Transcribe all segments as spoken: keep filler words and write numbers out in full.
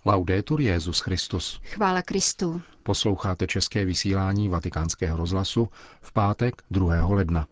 Laudetur Jesus Christus. Chvála Kristu. Posloucháte české vysílání Vatikánského rozhlasu v pátek druhého ledna.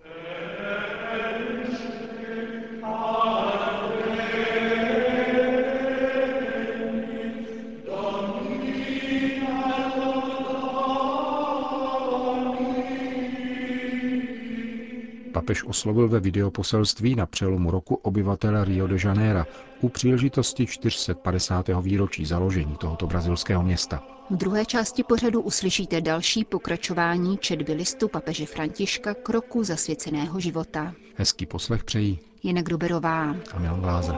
Papež oslovil ve videoposelství na přelomu roku obyvatele Rio de Janeira u příležitosti čtyři sta padesátého výročí založení tohoto brazilského města. V druhé části pořadu uslyšíte další pokračování četby listu papeže Františka k roku zasvěceného života. Hezký poslech přejí Jana Gruberová a Milan Glázer.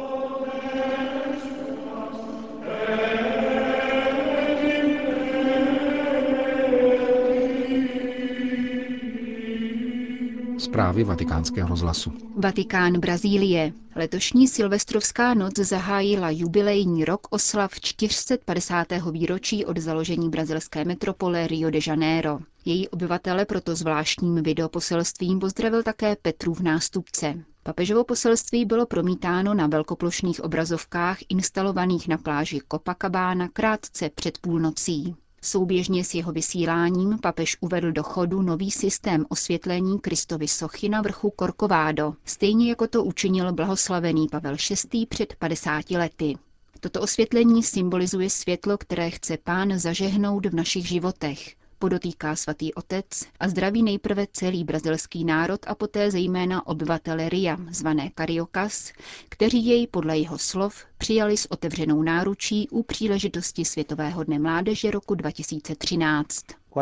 Zprávy Vatikánského rozhlasu. Vatikán, Brazílie. Letošní silvestrovská noc zahájila jubilejní rok oslav čtyři sta padesátého výročí od založení brazilské metropole Rio de Janeiro. Její obyvatele proto zvláštním videoposelstvím pozdravil také Petrův nástupce. Papežovo poselství bylo promítáno na velkoplošných obrazovkách instalovaných na pláži Copacabana krátce před půlnocí. Souběžně s jeho vysíláním papež uvedl do chodu nový systém osvětlení Kristovy sochy na vrchu Corcovado, stejně jako to učinil blahoslavený Pavel šestý před padesáti lety. Toto osvětlení symbolizuje světlo, které chce Pán zažehnout v našich životech, podotýká svatý otec a zdraví nejprve celý brazilský národ a poté zejména obyvatele Ria, zvané Cariocas, kteří jej podle jeho slov přijali s otevřenou náručí u příležitosti Světového dne mládeže roku dva tisíce třináct.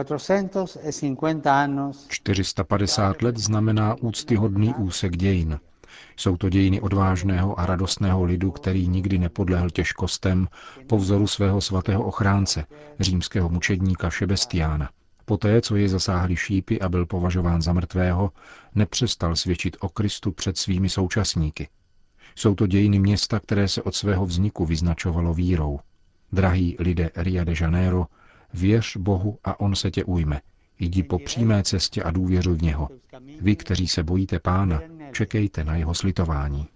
čtyři sta padesát let znamená úctyhodný úsek dějin. Jsou to dějiny odvážného a radostného lidu, který nikdy nepodlehl těžkostem po vzoru svého svatého ochránce, římského mučedníka Šebestiána. Poté, co jej zasáhly šípy a byl považován za mrtvého, nepřestal svědčit o Kristu před svými současníky. Jsou to dějiny města, které se od svého vzniku vyznačovalo vírou. Drahý lidé Ria de Janeiro, věř Bohu a on se tě ujme. Jdi po přímé cestě a důvěřuj v něho. Vy, kteří se bojíte Pána, čekejte na jeho slitování.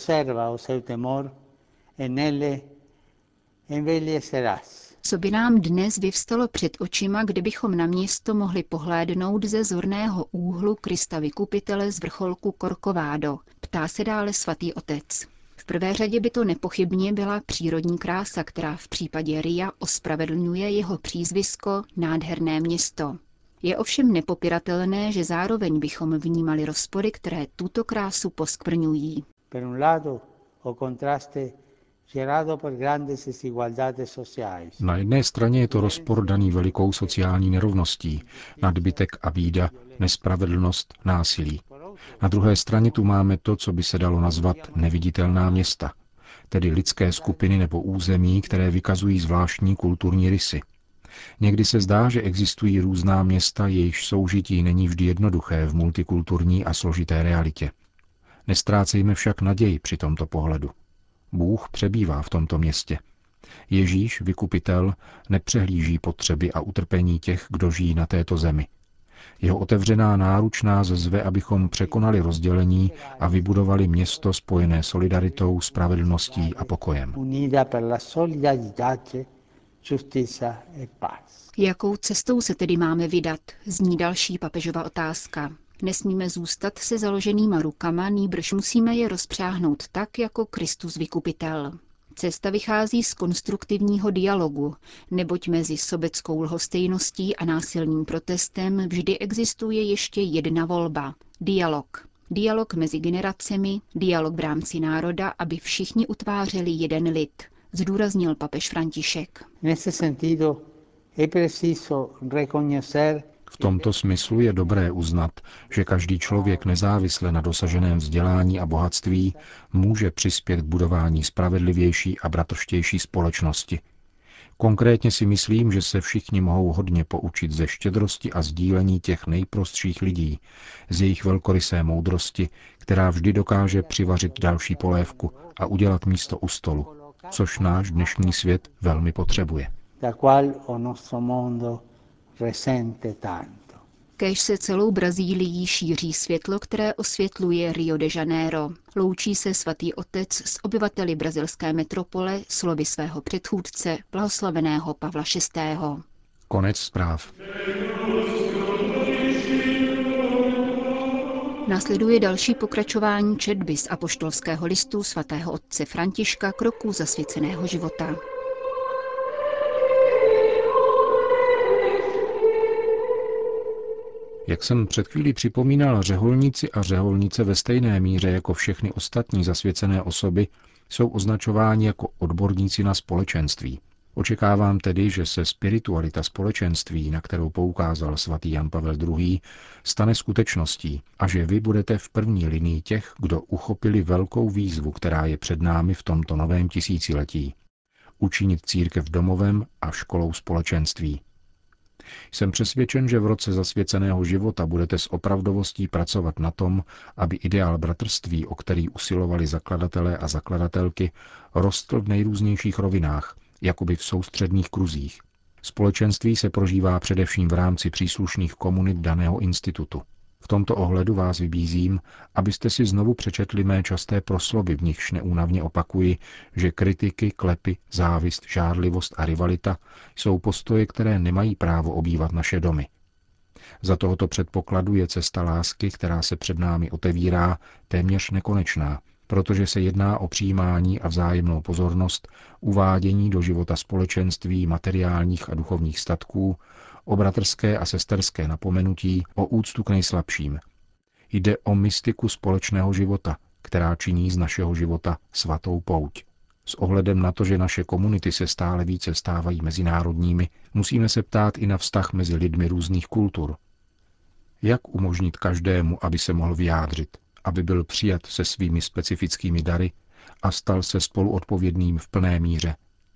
Co by nám dnes vyvstalo před očima, kdybychom na město mohli pohlédnout ze zorného úhlu Krista Vykupitele z vrcholku Corcovado, ptá se dále svatý otec. V prvé řadě by to nepochybně byla přírodní krása, která v případě Ria ospravedlňuje jeho přízvisko nádherné město. Je ovšem nepopiratelné, že zároveň bychom vnímali rozpory, které tuto krásu poskvrňují. Na jedné straně je to rozpor daný velikou sociální nerovností, nadbytek a bída, nespravedlnost, násilí. Na druhé straně tu máme to, co by se dalo nazvat neviditelná města, tedy lidské skupiny nebo území, které vykazují zvláštní kulturní rysy. Někdy se zdá, že existují různá města, jejichž soužití není vždy jednoduché v multikulturní a složité realitě. Nestrácejme však naději při tomto pohledu. Bůh přebývá v tomto městě. Ježíš, vykupitel, nepřehlíží potřeby a utrpení těch, kdo žijí na této zemi. Jeho otevřená náruč nás zve, abychom překonali rozdělení a vybudovali město spojené solidaritou, spravedlností a pokojem. Jakou cestou se tedy máme vydat, zní další papežova otázka. Nesmíme zůstat se založenýma rukama, nýbrž musíme je rozpřáhnout tak, jako Kristus Vykupitel. Cesta vychází z konstruktivního dialogu, neboť mezi sobeckou lhostejností a násilným protestem vždy existuje ještě jedna volba – dialog. Dialog mezi generacemi, dialog v rámci národa, aby všichni utvářeli jeden lid, zdůraznil papež František. V tomto smyslu je dobré uznat, že každý člověk nezávisle na dosaženém vzdělání a bohatství může přispět k budování spravedlivější a bratrštější společnosti. Konkrétně si myslím, že se všichni mohou hodně poučit ze štědrosti a sdílení těch nejprostších lidí, z jejich velkorysé moudrosti, která vždy dokáže přivařit další polévku a udělat místo u stolu, což náš dnešní svět velmi potřebuje. Kéž se celou Brazílií šíří světlo, které osvětluje Rio de Janeiro. Loučí se svatý otec s obyvateli brazilské metropole slovy svého předchůdce, blahoslaveného Pavla šestého. Konec zpráv. Následuje další pokračování četby z apoštolského listu svatého otce Františka k roku zasvěceného života. Jak jsem před chvílí připomínal, řeholníci a řeholnice ve stejné míře jako všechny ostatní zasvěcené osoby jsou označováni jako odborníci na společenství. Očekávám tedy, že se spiritualita společenství, na kterou poukázal svatý Jan Pavel druhý., stane skutečností a že vy budete v první linii těch, kdo uchopili velkou výzvu, která je před námi v tomto novém tisíciletí. Učinit církev domovem a školou společenství. Jsem přesvědčen, že v roce zasvěceného života budete s opravdovostí pracovat na tom, aby ideál bratrství, o který usilovali zakladatelé a zakladatelky, rostl v nejrůznějších rovinách, jakoby v soustředních kruzích. Společenství se prožívá především v rámci příslušných komunit daného institutu. V tomto ohledu vás vybízím, abyste si znovu přečetli mé časté proslovy, v nichž neúnavně opakuji, že kritiky, klepy, závist, žárlivost a rivalita jsou postoje, které nemají právo obývat naše domy. Za tohoto předpokladu je cesta lásky, která se před námi otevírá, téměř nekonečná, protože se jedná o přijímání a vzájemnou pozornost, uvádění do života společenství materiálních a duchovních statků, o bratrské a sesterské napomenutí, o úctu k nejslabším. Jde o mystiku společného života, která činí z našeho života svatou pouť. S ohledem na to, že naše komunity se stále více stávají mezinárodními, musíme se ptát i na vztah mezi lidmi různých kultur. Jak umožnit každému, aby se mohl vyjádřit, aby byl přijat se svými specifickými dary a stal se spoluodpovědným v plné míře?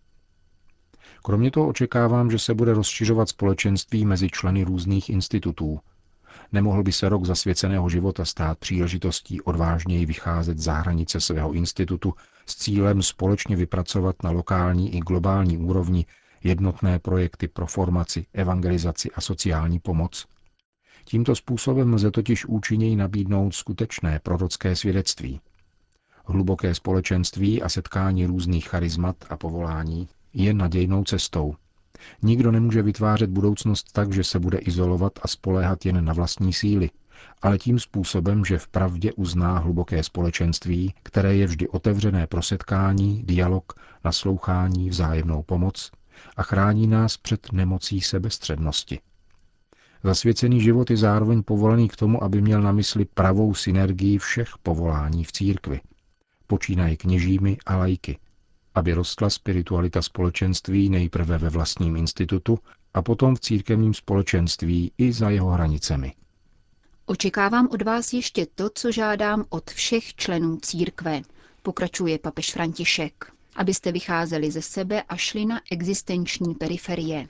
Kromě toho očekávám, že se bude rozšiřovat společenství mezi členy různých institutů. Nemohl by se rok zasvěceného života stát příležitostí odvážněji vycházet za hranice svého institutu s cílem společně vypracovat na lokální i globální úrovni jednotné projekty pro formaci, evangelizaci a sociální pomoc? Tímto způsobem lze totiž účinněji nabídnout skutečné prorocké svědectví. Hluboké společenství a setkání různých charizmat a povolání je nadějnou cestou. Nikdo nemůže vytvářet budoucnost tak, že se bude izolovat a spoléhat jen na vlastní síly, ale tím způsobem, že vpravdě uzná hluboké společenství, které je vždy otevřené pro setkání, dialog, naslouchání, vzájemnou pomoc a chrání nás před nemocí sebestřednosti. Zasvěcený život je zároveň povolaný k tomu, aby měl na mysli pravou synergii všech povolání v církvi, počínaje kněžími a laiky, aby rostla spiritualita společenství nejprve ve vlastním institutu a potom v církevním společenství i za jeho hranicemi. Očekávám od vás ještě to, co žádám od všech členů církve, pokračuje papež František, abyste vycházeli ze sebe a šli na existenční periferie.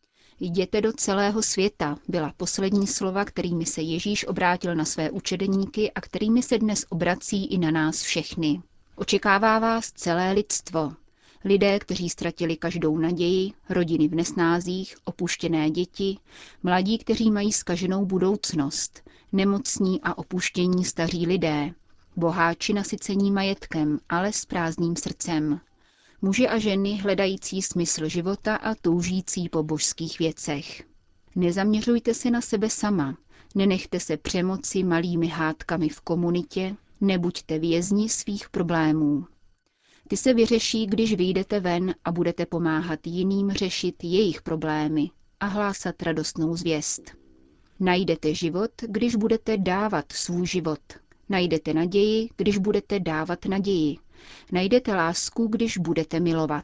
Jděte do celého světa, byla poslední slova, kterými se Ježíš obrátil na své učedníky a kterými se dnes obrací i na nás všechny. Očekává vás celé lidstvo. Lidé, kteří ztratili každou naději, rodiny v nesnázích, opuštěné děti, mladí, kteří mají zkaženou budoucnost, nemocní a opuštění staří lidé, boháči nasycení majetkem, ale s prázdným srdcem. Muži a ženy hledající smysl života a toužící po božských věcech. Nezaměřujte se na sebe sama, nenechte se přemoci malými hádkami v komunitě, nebuďte vězni svých problémů. Ty se vyřeší, když vyjdete ven a budete pomáhat jiným řešit jejich problémy a hlásat radostnou zvěst. Najdete život, když budete dávat svůj život. Najdete naději, když budete dávat naději. Najdete lásku, když budete milovat.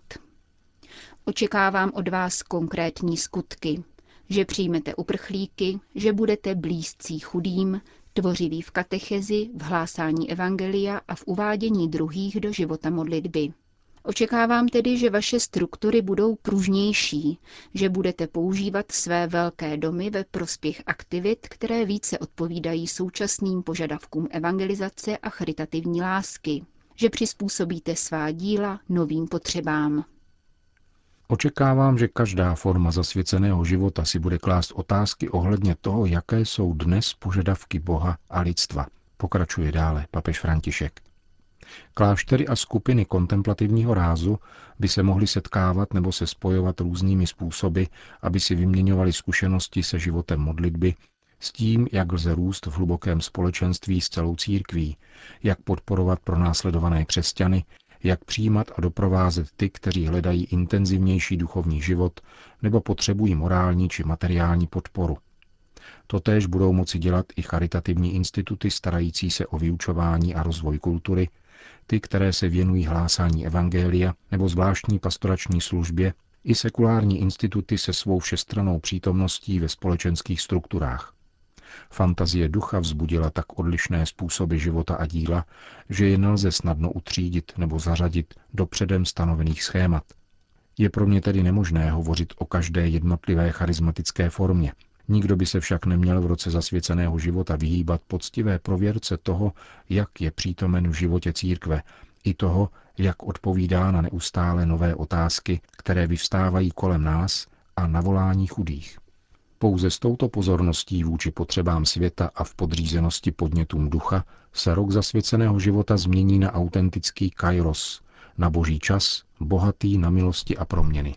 Očekávám od vás konkrétní skutky, že přijmete uprchlíky, že budete blízcí chudým, tvořiví v katechezi, v hlásání evangelia a v uvádění druhých do života modlitby. Očekávám tedy, že vaše struktury budou pružnější, že budete používat své velké domy ve prospěch aktivit, které více odpovídají současným požadavkům evangelizace a charitativní lásky, že přizpůsobíte svá díla novým potřebám. Očekávám, že každá forma zasvěceného života si bude klást otázky ohledně toho, jaké jsou dnes požadavky Boha a lidstva, pokračuje dále papež František. Kláštery a skupiny kontemplativního rázu by se mohly setkávat nebo se spojovat různými způsoby, aby si vyměňovali zkušenosti se životem modlitby, s tím, jak lze růst v hlubokém společenství s celou církví, jak podporovat pronásledované křesťany, jak přijímat a doprovázet ty, kteří hledají intenzivnější duchovní život nebo potřebují morální či materiální podporu. Totéž budou moci dělat i charitativní instituty starající se o vyučování a rozvoj kultury, ty, které se věnují hlásání evangelia nebo zvláštní pastorační službě, i sekulární instituty se svou všestrannou přítomností ve společenských strukturách. Fantazie ducha vzbudila tak odlišné způsoby života a díla, že je nelze snadno utřídit nebo zařadit do předem stanovených schémat. Je pro mě tedy nemožné hovořit o každé jednotlivé charismatické formě. Nikdo by se však neměl v roce zasvěceného života vyhýbat poctivé prověrce toho, jak je přítomen v životě církve, i toho, jak odpovídá na neustále nové otázky, které vyvstávají kolem nás a na volání chudých. Pouze s touto pozorností vůči potřebám světa a v podřízenosti podnětům ducha se rok zasvěceného života změní na autentický kairos, na boží čas, bohatý na milosti a proměny.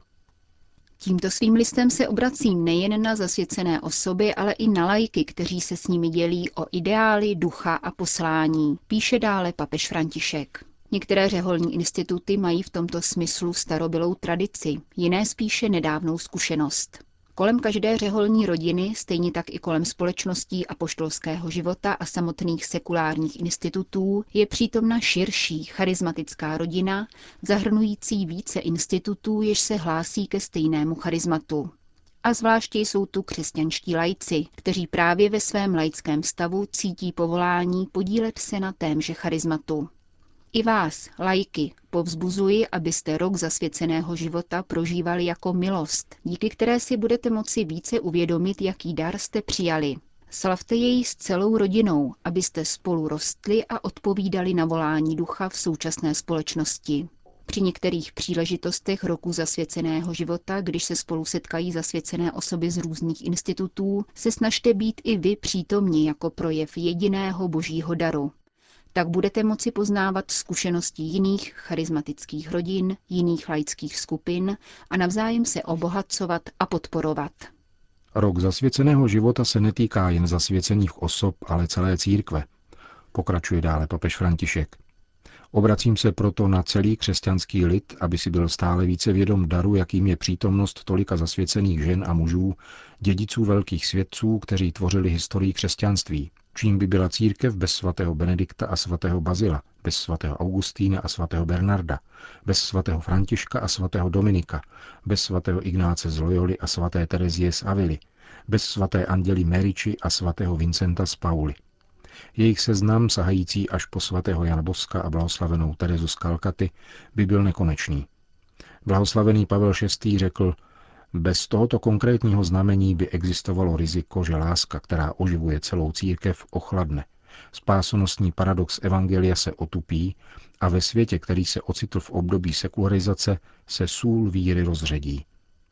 Tímto svým listem se obracím nejen na zasvěcené osoby, ale i na laiky, kteří se s nimi dělí o ideály, ducha a poslání, píše dále papež František. Některé řeholní instituty mají v tomto smyslu starobylou tradici, jiné spíše nedávnou zkušenost. Kolem každé řeholní rodiny, stejně tak i kolem společností apoštolského života a samotných sekulárních institutů, je přítomna širší charismatická rodina, zahrnující více institutů, jež se hlásí ke stejnému charizmatu. A zvláště jsou tu křesťanští laici, kteří právě ve svém laickém stavu cítí povolání podílet se na témže charizmatu. I vás, laiky, povzbuzuji, abyste rok zasvěceného života prožívali jako milost, díky které si budete moci více uvědomit, jaký dar jste přijali. Slavte jej s celou rodinou, abyste spolu rostli a odpovídali na volání ducha v současné společnosti. Při některých příležitostech roku zasvěceného života, když se spolu setkají zasvěcené osoby z různých institutů, se snažte být i vy přítomni jako projev jediného božího daru. Tak budete moci poznávat zkušenosti jiných charismatických rodin, jiných laických skupin a navzájem se obohacovat a podporovat. Rok zasvěceného života se netýká jen zasvěcených osob, ale celé církve, pokračuje dále papež František. Obracím se proto na celý křesťanský lid, aby si byl stále více vědom daru, jakým je přítomnost tolika zasvěcených žen a mužů, dědiců velkých svědců, kteří tvořili historii křesťanství. Čím by byla církev bez svatého Benedikta a svatého Bazila, bez svatého Augustína a svatého Bernarda, bez svatého Františka a svatého Dominika, bez svatého Ignáce z Loyoli a svaté Terezie z Avily, bez svaté Anděly Meriči a svatého Vincenta z Pauly. Jejich seznam, sahající až po svatého Jana Boska a blahoslavenou Terezu z Kalkaty, by byl nekonečný. Blahoslavený Pavel šestý. Řekl, bez tohoto konkrétního znamení by existovalo riziko, že láska, která oživuje celou církev, ochladne. Spásonosný paradox evangelia se otupí a ve světě, který se ocitl v období sekularizace, se sůl víry rozředí.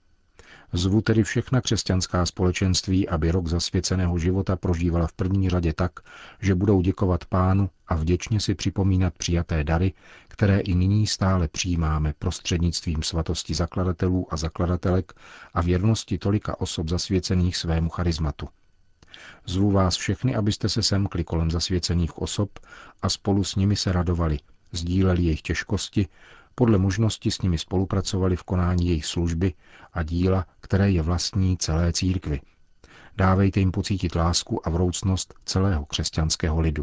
Zvu tedy všechna křesťanská společenství, aby rok zasvěceného života prožívala v první řadě tak, že budou děkovat Pánu a vděčně si připomínat přijaté dary, které i nyní stále přijímáme prostřednictvím svatosti zakladatelů a zakladatelek a věrnosti tolika osob zasvěcených svému charizmatu. Zvu vás všechny, abyste se semkli kolem zasvěcených osob a spolu s nimi se radovali, sdíleli jejich těžkosti, podle možnosti s nimi spolupracovali v konání jejich služby a díla, které je vlastní celé církvi. Dávejte jim pocítit lásku a vroucnost celého křesťanského lidu.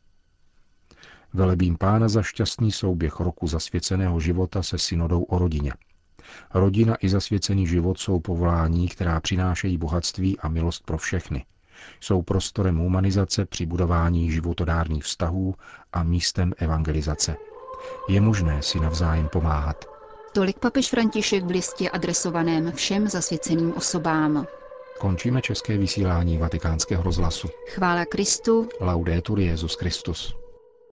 Velebím Pána za šťastný souběh roku zasvěceného života se synodou o rodině. Rodina i zasvěcený život jsou povolání, která přinášejí bohatství a milost pro všechny. Jsou prostorem humanizace při budování životodárných vztahů a místem evangelizace. Je možné si navzájem pomáhat. Tolik papež František v listě adresovaném všem zasvěceným osobám. Končíme české vysílání Vatikánského rozhlasu. Chvála Kristu. Laudetur Jesus Christus.